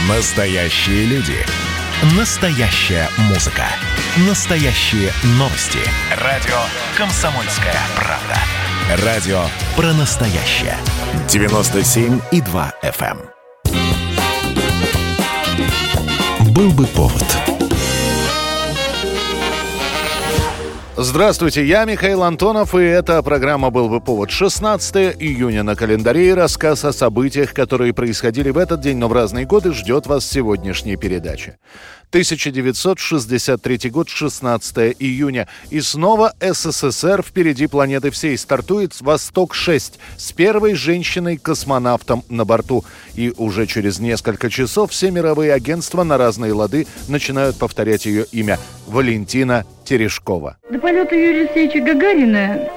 Настоящие люди. Настоящая музыка. Настоящие новости. Радио «Комсомольская правда». Радио про настоящее. 97,2 FM. Был бы повод. Здравствуйте, я Михаил Антонов, и это программа «Был бы повод». 16 июня на календаре, и рассказ о событиях, которые происходили в этот день, но в разные годы, ждет вас в сегодняшней передаче. 1963 год, 16 июня. И снова СССР впереди планеты всей. Стартует «Восток-6» с первой женщиной-космонавтом на борту. И уже через несколько часов все мировые агентства на разные лады начинают повторять ее имя – Валентина Терешкова. До полета Юрия Алексеевича Гагарина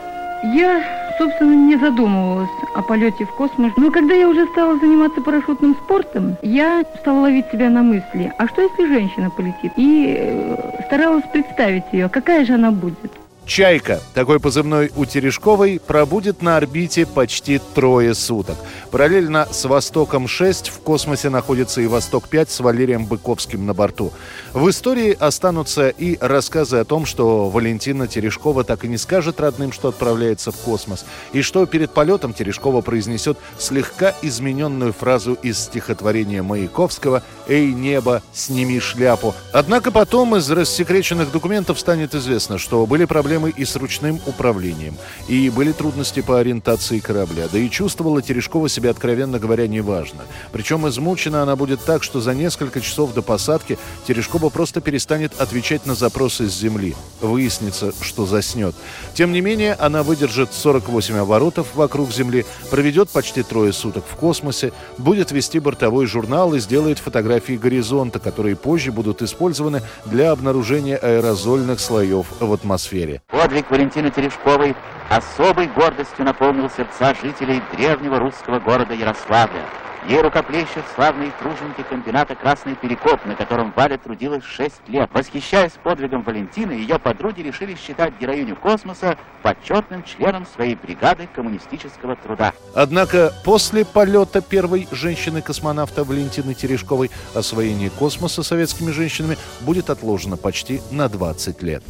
я, собственно, не задумывалась о полете в космос. Но когда я уже стала заниматься парашютным спортом, я стала ловить себя на мысли, а что если женщина полетит? И старалась представить ее, какая же она будет. «Чайка», такой позывной у Терешковой, пробудет на орбите почти 3 суток. Параллельно с «Востоком-6» в космосе находится и «Восток-5» с Валерием Быковским на борту. В истории останутся и рассказы о том, что Валентина Терешкова так и не скажет родным, что отправляется в космос, и что перед полетом Терешкова произнесет слегка измененную фразу из стихотворения Маяковского «Эй, небо, сними шляпу». Однако потом из рассекреченных документов станет известно, что были проблемы и с ручным управлением, и были трудности по ориентации корабля, да и чувствовала Терешкова себя, откровенно говоря, неважно. Причем измучена она будет так, что за несколько часов до посадки Терешкова просто перестанет отвечать на запросы с Земли. Выяснится, что заснет. Тем не менее, она выдержит 48 оборотов вокруг Земли, проведет почти 3 суток в космосе, будет вести бортовой журнал и сделает фотографии горизонта, которые позже будут использованы для обнаружения аэрозольных слоев в атмосфере. Подвиг Валентины Терешковой особой гордостью наполнил сердца жителей древнего русского города Ярославля. Ей рукоплещут славные труженики комбината «Красный Перекоп», на котором Валя трудилась 6 лет. Восхищаясь подвигом Валентины, ее подруги решили считать героиню космоса почетным членом своей бригады коммунистического труда. Однако после полета первой женщины-космонавта Валентины Терешковой освоение космоса советскими женщинами будет отложено почти на 20 лет.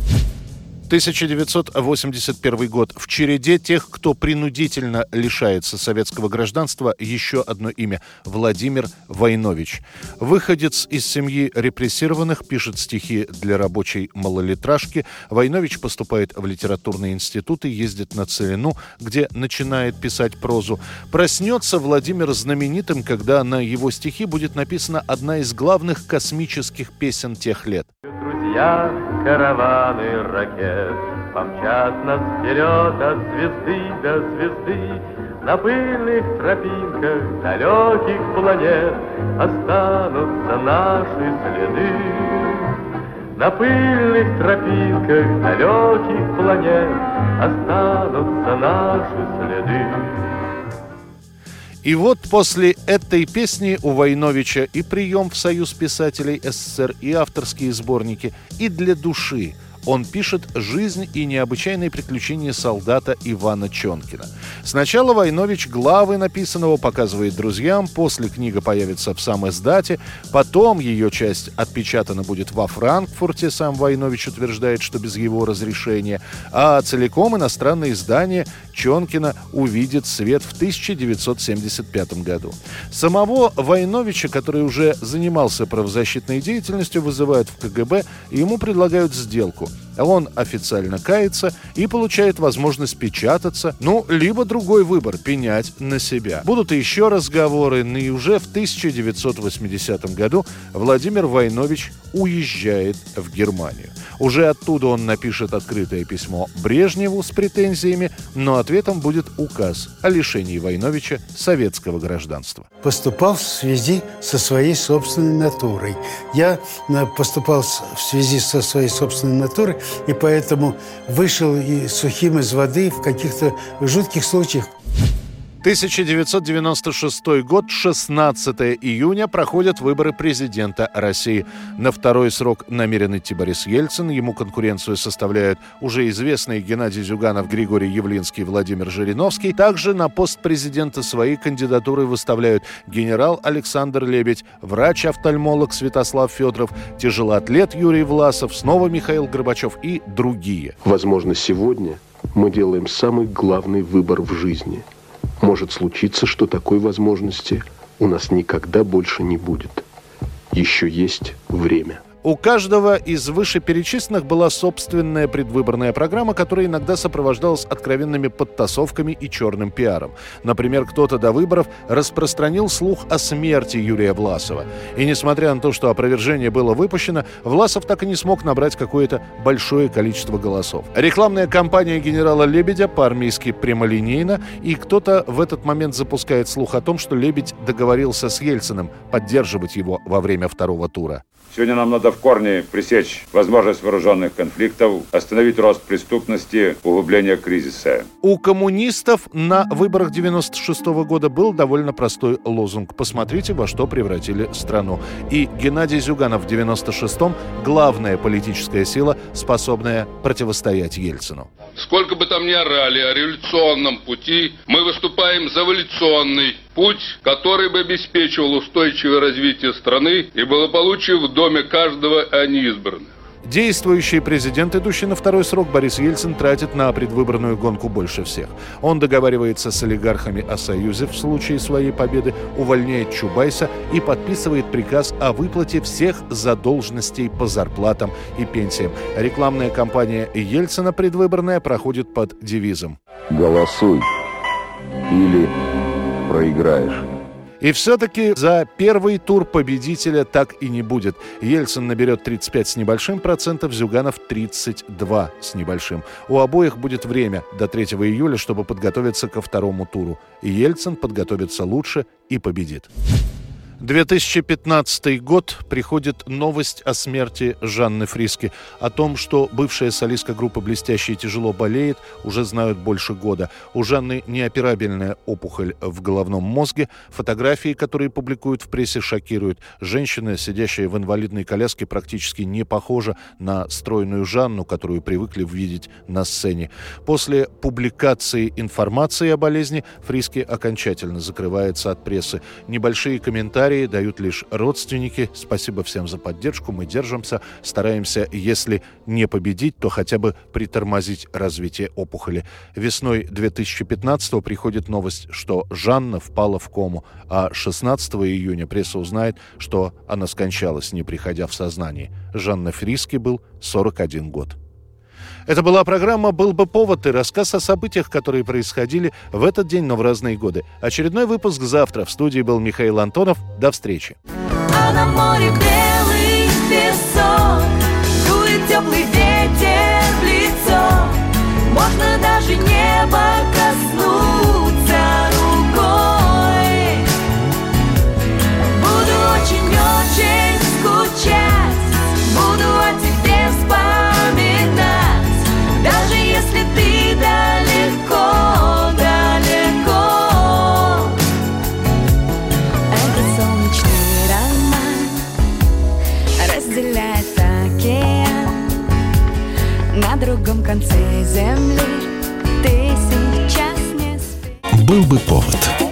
1981 год. В череде тех, кто принудительно лишается советского гражданства, еще одно имя – Владимир Войнович. Выходец из семьи репрессированных, пишет стихи для рабочей малолитражки. Войнович поступает в литературные институты, ездит на Целину, где начинает писать прозу. Проснется Владимир знаменитым, когда на его стихи будет написана одна из главных космических песен тех лет. Друзья, караваны ракет помчат нас вперед от звезды до звезды. На пыльных тропинках далеких планет останутся наши следы. На пыльных тропинках далеких планет останутся наши следы. И вот после этой песни у Войновича и прием в Союз писателей СССР, и авторские сборники, и для души. Он пишет «Жизнь и необычайные приключения солдата Ивана Чонкина». Сначала Войнович главы написанного показывает друзьям, после книга появится в самиздате, потом ее часть отпечатана будет во Франкфурте, сам Войнович утверждает, что без его разрешения, а целиком иностранное издание Чонкина увидит свет в 1975 году. Самого Войновича, который уже занимался правозащитной деятельностью, вызывают в КГБ, и ему предлагают сделку. Он официально кается и получает возможность печататься, либо другой выбор – пенять на себя. Будут и еще разговоры, и уже в 1980 году Владимир Войнович уезжает в Германию. Уже оттуда он напишет открытое письмо Брежневу с претензиями, но ответом будет указ о лишении Войновича советского гражданства. Поступал в связи со своей собственной натурой. Я поступал в связи со своей собственной натурой, и поэтому вышел и сухим из воды в каких-то жутких случаях. 1996 год, 16 июня, проходят выборы президента России. На второй срок намерен идти Борис Ельцин. Ему конкуренцию составляют уже известные Геннадий Зюганов, Григорий Явлинский, Владимир Жириновский. Также на пост президента свои кандидатуры выставляют генерал Александр Лебедь, врач-офтальмолог Святослав Федоров, тяжелоатлет Юрий Власов, снова Михаил Горбачев и другие. Возможно, сегодня мы делаем самый главный выбор в жизни. Может случиться, что такой возможности у нас никогда больше не будет. Еще есть время. У каждого из вышеперечисленных была собственная предвыборная программа, которая иногда сопровождалась откровенными подтасовками и черным пиаром. Например, кто-то до выборов распространил слух о смерти Юрия Власова. И несмотря на то, что опровержение было выпущено, Власов так и не смог набрать какое-то большое количество голосов. Рекламная кампания генерала Лебедя по-армейски прямолинейна, и кто-то в этот момент запускает слух о том, что Лебедь договорился с Ельциным поддерживать его во время второго тура. Сегодня нам надо в корне пресечь возможность вооруженных конфликтов, остановить рост преступности, углубление кризиса. У коммунистов на выборах 96 года был довольно простой лозунг: «Посмотрите, во что превратили страну». И Геннадий Зюганов в 96-м – главная политическая сила, способная противостоять Ельцину. Сколько бы там ни орали о революционном пути, мы выступаем за эволюционный путь, который бы обеспечивал устойчивое развитие страны и благополучие в доме каждого, а не избранных. Действующий президент, идущий на второй срок, Борис Ельцин, тратит на предвыборную гонку больше всех. Он договаривается с олигархами о союзе в случае своей победы, увольняет Чубайса и подписывает приказ о выплате всех задолженностей по зарплатам и пенсиям. Рекламная кампания Ельцина предвыборная проходит под девизом: «Голосуй или проиграешь». И все-таки за первый тур победителя так и не будет. Ельцин наберет 35 с небольшим процентов, Зюганов 32 с небольшим. У обоих будет время до 3 июля, чтобы подготовиться ко второму туру. И Ельцин подготовится лучше и победит. 2015 год, приходит новость о смерти Жанны Фриске. О том, что бывшая солистка группы «Блестяще» тяжело болеет, уже знают больше года. У Жанны неоперабельная опухоль в головном мозге. Фотографии, которые публикуют в прессе, шокируют. Женщина, сидящая в инвалидной коляске, практически не похожа на стройную Жанну, которую привыкли видеть на сцене. После публикации информации о болезни Фриске окончательно закрывается от прессы. Небольшие комментарии дают лишь родственники. Спасибо всем за поддержку, мы держимся, стараемся, если не победить, то хотя бы притормозить развитие опухоли. Весной 2015-го приходит новость, что Жанна впала в кому, а 16 июня пресса узнает, что она скончалась, не приходя в сознание. Жанна Фриске был 41 год. Это была программа «Был бы повод» и рассказ о событиях, которые происходили в этот день, но в разные годы. Очередной выпуск завтра. В студии был Михаил Антонов. До встречи. А на море белый песок, дует теплый ветер в лицо. Можно даже небо коснуться рукой. Буду очень-очень скучать, буду о тебе вспоминать. Даже если ты далеко, далеко. Этот солнечный роман разделяет океан. На другом конце земли ты сейчас не спишь. Был бы повод.